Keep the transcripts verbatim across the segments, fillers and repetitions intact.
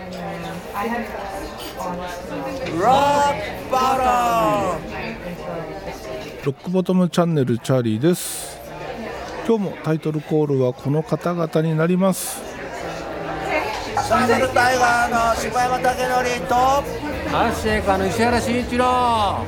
ロックボトムチャンネルチャーリーです。今日もタイトルコールはこの方々になります。 チャンネルタイガーの柴山武則とアッシェイカーの石原慎一郎。 はい、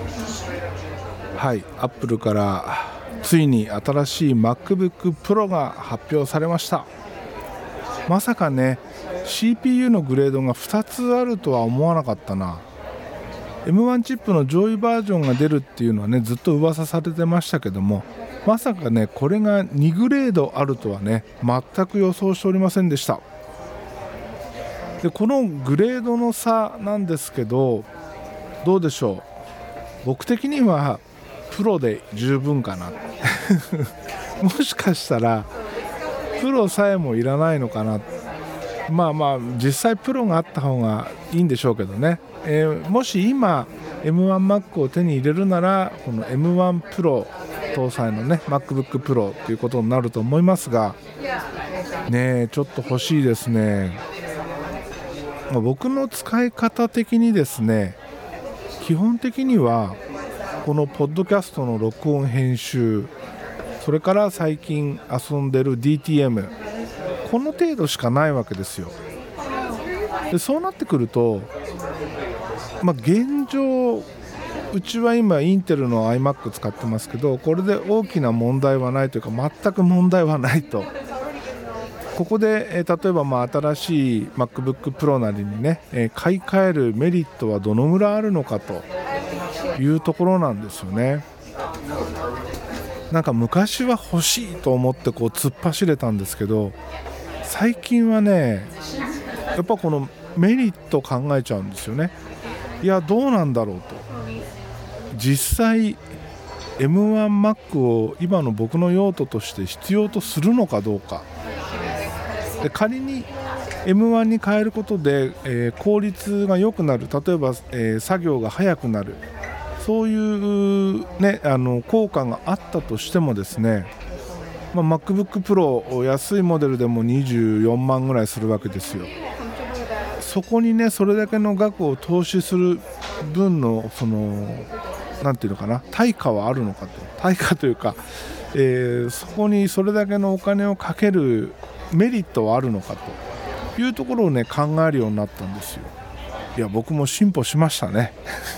アップルからついに新しい MacBook Pro が発表されました。まさかね シーピーユー のグレードがふたつあるとは思わなかったな。 エムワン チップの上位バージョンが出るっていうのはねずっと噂されてましたけども、まさかねこれがにグレードあるとはね全く予想しておりませんでした。でこのグレードの差なんですけど、どうでしょう、僕的にはプロで十分かなもしかしたらプロさえもいらないのかな。まあまあ実際プロがあった方がいいんでしょうけどね、えー、もし今 エムワン Mac を手に入れるならこの エムワン Pro 搭載のね MacBook Pro ということになると思いますがね、ちょっと欲しいですね。まあ、僕の使い方的にですね、基本的にはこのポッドキャストの録音編集、それから最近遊んでる ディーティーエム、 この程度しかないわけですよ。でそうなってくると、まあ、現状うちは今インテルの iMac 使ってますけど、これで大きな問題はないというか全く問題はないと。ここで、えー、例えばまあ新しい MacBook Pro なりにね、えー、買い替えるメリットはどのぐらいあるのかというところなんですよね。なんか昔は欲しいと思ってこう突っ走れたんですけど、最近はねやっぱこのメリット考えちゃうんですよね。いやどうなんだろうと、実際 エムワン Mac を今の僕の用途として必要とするのかどうかで、仮に エムワン に変えることで、えー、効率が良くなる、例えば、えー、作業が早くなる、そういう、ね、あの効果があったとしてもですね、まあ、MacBook Pro 安いモデルでもにじゅうよんまんぐらいするわけですよ。そこにねそれだけの額を投資する分のそのなんていうのかな、対価はあるのかと、対価というか、えー、そこにそれだけのお金をかけるメリットはあるのかというところをね考えるようになったんですよ。いや僕も進歩しましたね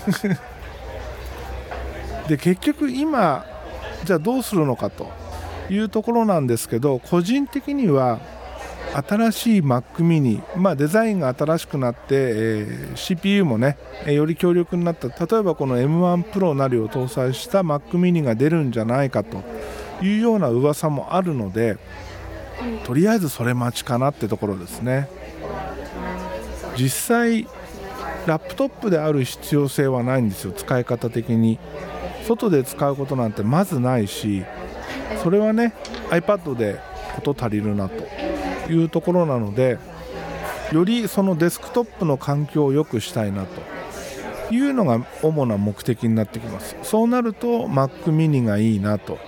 で結局今じゃあどうするのかというところなんですけど、個人的には新しい Mac mini、まあ、デザインが新しくなって、えー、シーピーユー もねより強力になった、例えばこの エムワン Pro なりを搭載した Mac mini が出るんじゃないかというような噂もあるので、とりあえずそれ待ちかなってところですね。実際ラップトップである必要性はないんですよ。使い方的に外で使うことなんてまずないし、それはね iPad で事足りるなというところなので、よりそのデスクトップの環境を良くしたいなというのが主な目的になってきます。そうなると Mac mini がいいなと。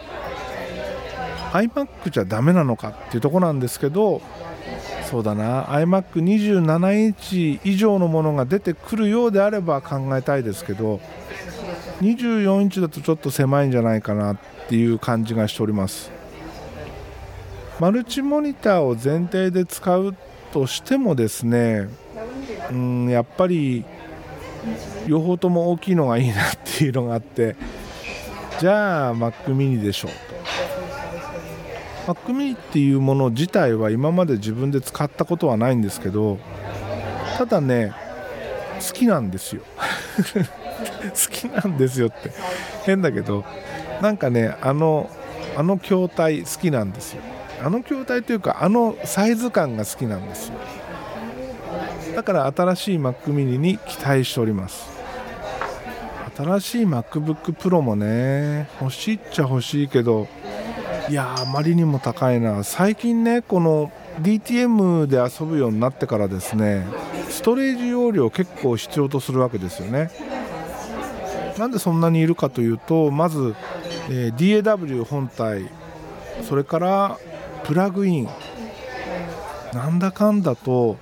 iMac じゃダメなのかっていうところなんですけど、そうだな アイマックにじゅうななインチ以上のものが出てくるようであれば考えたいですけど、にじゅうよんインチだとちょっと狭いんじゃないかなっていう感じがしております。マルチモニターを前提で使うとしてもですね、うーんやっぱり両方とも大きいのがいいなっていうのがあって、じゃあ Mac mini でしょうと。Mac mini っていうもの自体は今まで自分で使ったことはないんですけど、ただね好きなんですよ好きなんですよって変だけど、なんかねあのあの筐体好きなんですよ。あの筐体というかあのサイズ感が好きなんですよ。だから新しい Mac mini に期待しております。新しい MacBook Pro もね欲しいっちゃ欲しいけど、いやあまりにも高いな。最近ねこの ディーティーエム で遊ぶようになってからですね、ストレージ容量結構必要とするわけですよね。なんでそんなにいるかというと、まず、えー、ディーエーダブリュー 本体、それからプラグイン、なんだかんだと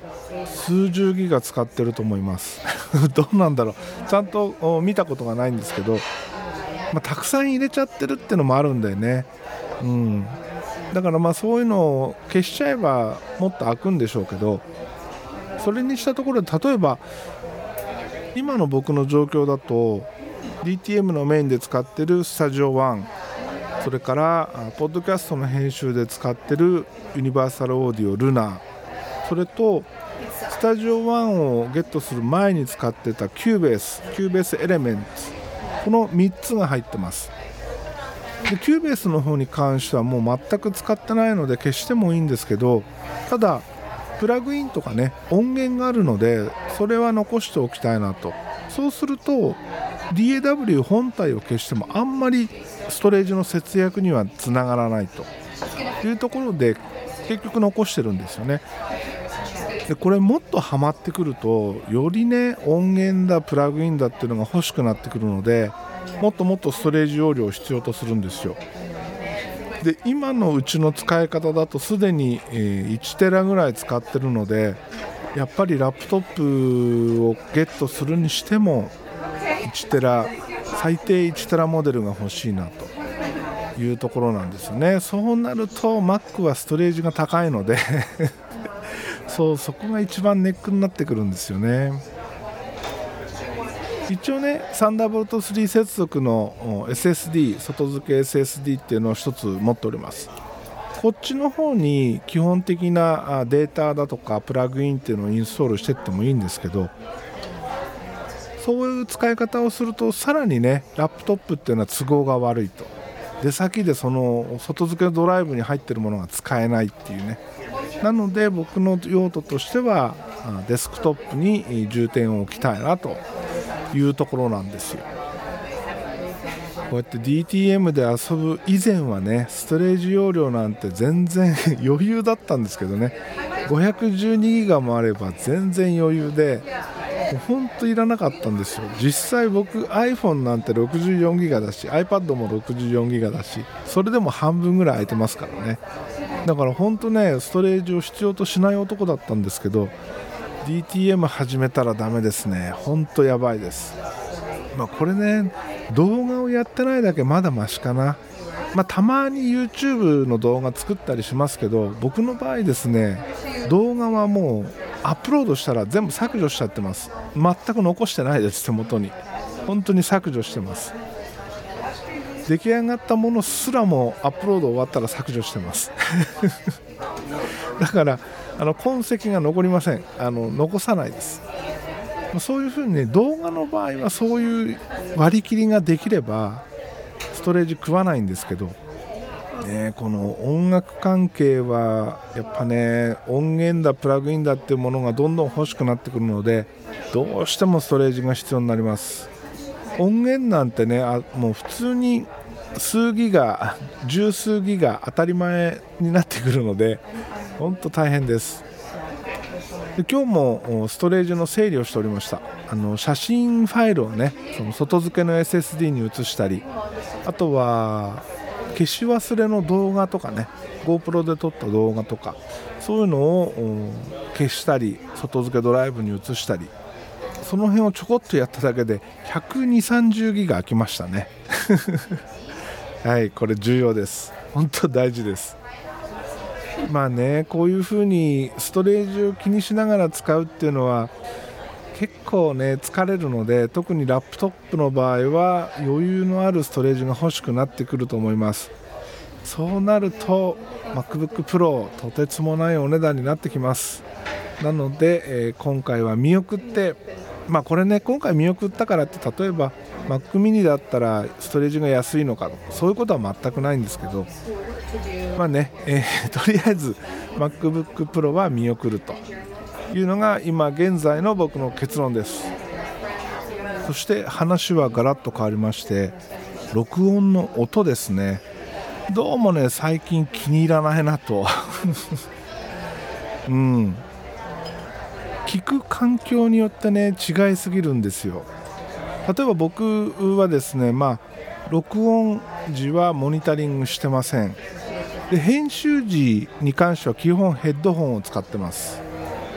数十ギガ使ってると思いますどうなんだろう、ちゃんと見たことがないんですけど、まあ、たくさん入れちゃってるっていうのもあるんだよね、うん、だからまあそういうのを消しちゃえばもっと開くんでしょうけど、それにしたところで例えば今の僕の状況だと ディーティーエム のメインで使ってるスタジオワン、それからポッドキャストの編集で使ってるユニバーサルオーディオルナ、それとスタジオワンをゲットする前に使ってたキューベース、キューベースエレメンツ、このみっつが入ってます。でキューベースの方に関してはもう全く使ってないので消してもいいんですけど、ただプラグインとかね音源があるのでそれは残しておきたいなと。そうすると ディーエーダブリュー 本体を消してもあんまりストレージの節約にはつながらないというところで結局残してるんですよね。でこれもっとハマってくるとよりね音源だプラグインだっていうのが欲しくなってくるので、もっともっとストレージ容量を必要とするんですよ。で今のうちの使い方だとすでにいちテラぐらい使ってるので、やっぱりラップトップをゲットするにしてもいちテラ、最低いちテラモデルが欲しいなというところなんですよね。そうなると Mac はストレージが高いのでそうそこが一番ネックになってくるんですよね。一応ねサンダーボルトスリー接続の エスエスディー 外付け エスエスディー っていうのを一つ持っております。こっちの方に基本的なデータだとかプラグインっていうのをインストールしていってもいいんですけど、そういう使い方をするとさらにねラップトップっていうのは都合が悪いと、出先でその外付けドライブに入ってるものが使えないっていうね。なので僕の用途としてはデスクトップに重点を置きたいなというところなんですよ。こうやって ディーティーエム で遊ぶ以前はねストレージ容量なんて全然余裕だったんですけどね、ごひゃくじゅうにギガもあれば全然余裕でもう本当いらなかったんですよ。実際僕 iPhone なんてろくじゅうよんギガだし iPad もろくじゅうよんギガだし、それでも半分ぐらい空いてますからね。だから本当ねストレージを必要としない男だったんですけど ディーティーエム 始めたらダメですね。本当やばいです。まあ、これね動画をやってないだけまだマシかな。まあ、たまに YouTube の動画作ったりしますけど、僕の場合ですね動画はもうアップロードしたら全部削除しちゃってます。全く残してないです。手元に本当に削除してます。出来上がったものすらもアップロード終わったら削除してますだからあの痕跡が残りません。あの残さないです。そういうふうにね動画の場合はそういう割り切りができればストレージ食わないんですけど、ね、この音楽関係はやっぱね音源だプラグインだっていうものがどんどん欲しくなってくるので、どうしてもストレージが必要になります。音源なんてねあもう普通に数ギガ十数ギガ当たり前になってくるので本当大変です。で今日もストレージの整理をしておりました。あの写真ファイルをねその外付けの エスエスディー に移したり、あとは消し忘れの動画とかね GoPro で撮った動画とかそういうのを消したり外付けドライブに移したり、その辺をちょこっとやっただけでひゃくにじゅう、さんじゅうギガ空きましたねはい、これ重要です。本当大事です。まあねこういう風にストレージを気にしながら使うっていうのは結構ね疲れるので、特にラップトップの場合は余裕のあるストレージが欲しくなってくると思います。そうなると MacBook Pro とてつもないお値段になってきます。なので、えー、今回は見送って、まあこれね今回見送ったからって例えば Mac mini だったらストレージが安いのか、そういうことは全くないんですけど、まあね、えー、とりあえず MacBook Pro は見送るというのが今現在の僕の結論です。そして話はガラッと変わりまして、録音の音ですね。どうもね最近気に入らないなとうん聞く環境によってね違いすぎるんですよ。例えば僕はですねまあ録音時はモニタリングしてません。で編集時に関しては基本ヘッドホンを使ってます。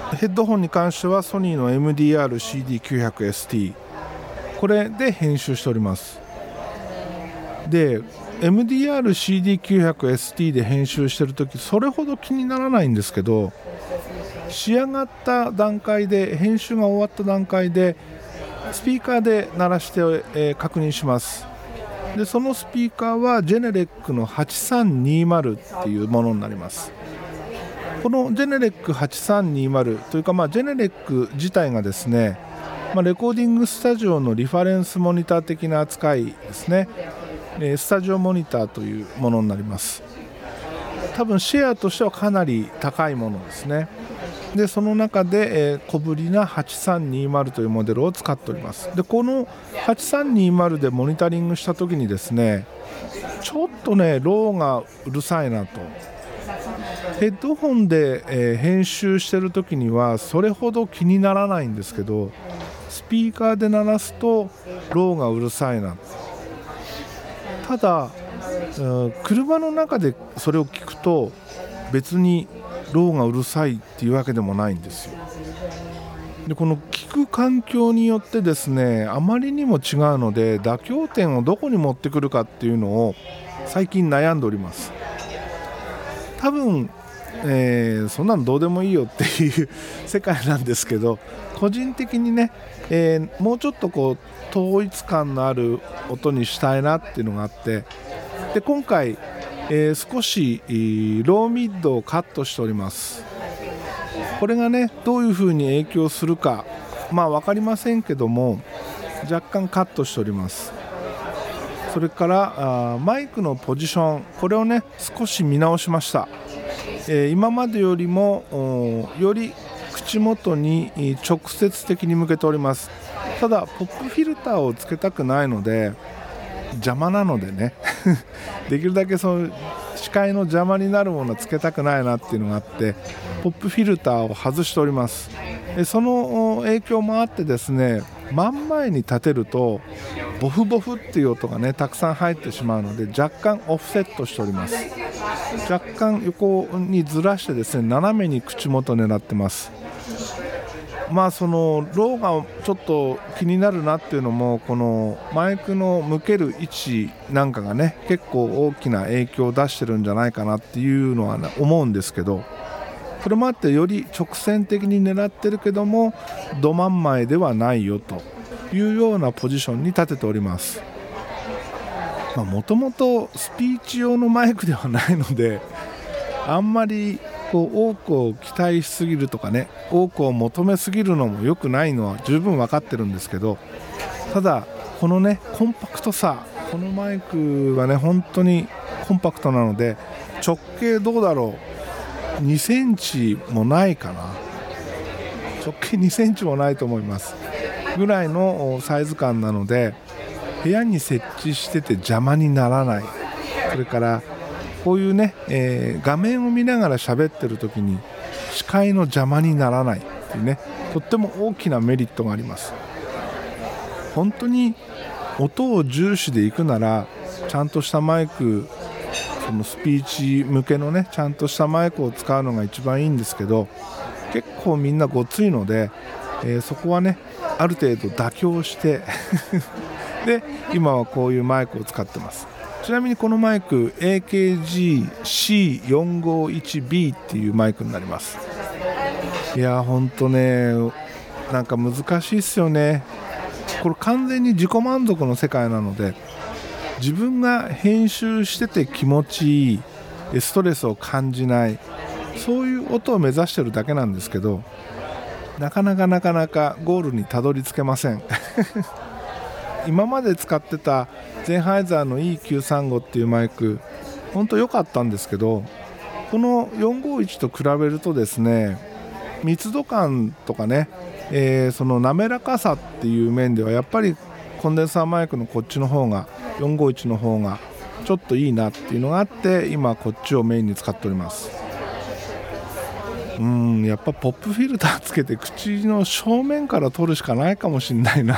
ヘッドホンに関してはソニーの エムディーアールシーディーきゅうひゃくエスティー これで編集しております。で エムディーアールシーディーきゅうひゃくエスティー で編集してるときそれほど気にならないんですけど、仕上がった段階で編集が終わった段階でスピーカーで鳴らして、えー、確認します。でそのスピーカーはジェネレックのはちさんにーまるっていうものになります。このジェネレックはちさんにーまるというか、まあ、ジェネレック自体がですね、まあ、レコーディングスタジオのリファレンスモニター的な扱いですね。スタジオモニターというものになります。多分シェアとしてはかなり高いものですね。でその中で、えー、小ぶりなはちさんにーまるというモデルを使っております。でこのはちさんにーまるでモニタリングした時にですね、ちょっとねローがうるさいなと。ヘッドホンで、えー、編集してる時にはそれほど気にならないんですけど、スピーカーで鳴らすとローがうるさいな。ただ、うん、車の中でそれを聞くと別にローがうるさいっていうわけでもないんですよ。でこの聞く環境によってですねあまりにも違うので、妥協点をどこに持ってくるかっていうのを最近悩んでおります。多分、えー、そんなのどうでもいいよっていう世界なんですけど、個人的にね、えー、もうちょっとこう統一感のある音にしたいなっていうのがあって、で今回、えー、少しローミッドをカットしております。これがねどういう風に影響するかまあ分かりませんけども、若干カットしております。それからあマイクのポジション、これをね少し見直しました。えー、今までよりもより口元に直接的に向けております。ただポップフィルターをつけたくないので邪魔なのでねできるだけその視界の邪魔になるものをつけたくないなっていうのがあって、ポップフィルターを外しております。でその影響もあってですね、真ん前に立てるとボフボフっていう音がねたくさん入ってしまうので、若干オフセットしております。若干横にずらしてですね斜めに口元を狙ってます。まあそのローがちょっと気になるなっていうのも、このマイクの向ける位置なんかがね結構大きな影響を出してるんじゃないかなっていうのは、ね、思うんですけど、それもあってより直線的に狙ってるけどもど真ん前ではないよというようなポジションに立てております。もともとスピーチ用のマイクではないので、あんまりこう多くを期待しすぎるとかね、多くを求めすぎるのも良くないのは十分分かってるんですけど、ただこのねコンパクトさ、このマイクはね本当にコンパクトなので、直径どうだろうにセンチもないかな、直径にセンチもないと思いますぐらいのサイズ感なので、部屋に設置してて邪魔にならない。それからこういうね、えー、画面を見ながら喋ってる時に視界の邪魔にならないっていうね、とっても大きなメリットがあります。本当に音を重視でいくならちゃんとしたマイク、そのスピーチ向けのねちゃんとしたマイクを使うのが一番いいんですけど、結構みんなごついので、えー、そこはねある程度妥協してで今はこういうマイクを使ってます。ちなみにこのマイク エーケージーシーよんごいちビー っていうマイクになります。いやほんとねなんか難しいっすよね。これ完全に自己満足の世界なので、自分が編集してて気持ちいい、ストレスを感じない、そういう音を目指してるだけなんですけど、なかなかなかなかゴールにたどり着けません今まで使ってたゼンハイザーの イーきゅうさんご っていうマイク本当良かったんですけど、このよんごいちと比べるとですね、密度感とかね、えー、その滑らかさっていう面ではやっぱりコンデンサーマイクのこっちの方がよんごいちの方がちょっといいなっていうのがあって、今こっちをメインに使っております。うーんやっぱポップフィルターつけて口の正面から撮るしかないかもしれないな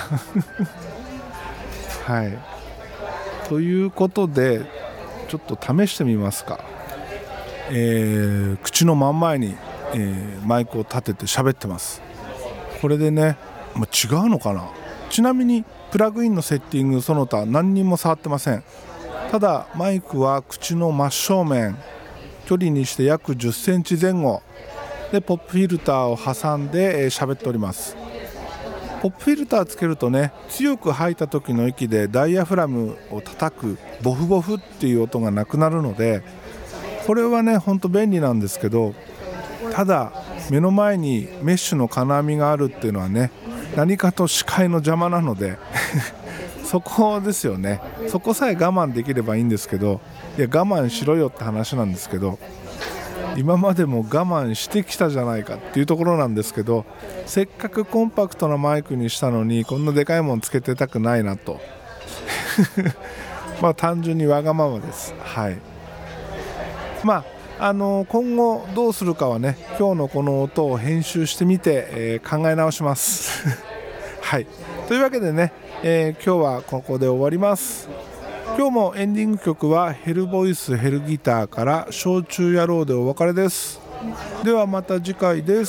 はい、ということでちょっと試してみますか。えー、口の真ん前にえー、マイクを立てて喋ってます。これでね、まあ、違うのかな。ちなみにプラグインのセッティングその他何にも触ってません。ただマイクは口の真正面、距離にして約じゅっセンチ前後でポップフィルターを挟んで喋っております。ポップフィルターつけるとね、強く吐いた時の息でダイヤフラムを叩くボフボフっていう音がなくなるので、これはねほんと便利なんですけど、ただ目の前にメッシュの金網があるっていうのはね、何かと視界の邪魔なのでそこですよね。そこさえ我慢できればいいんですけど、いや我慢しろよって話なんですけど、今までも我慢してきたじゃないかっていうところなんですけど、せっかくコンパクトなマイクにしたのにこんなでかいもんつけてたくないなとまあ単純にわがままです。はい。まああの今後どうするかはね、今日のこの音を編集してみて、えー、考え直しますはい。というわけでね、えー、今日はここで終わります。今日もエンディング曲はヘルボイスヘルギターから焼酎野郎でお別れです。ではまた次回です。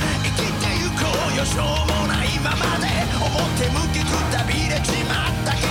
しょうもないままで表向きくたびれちまったけ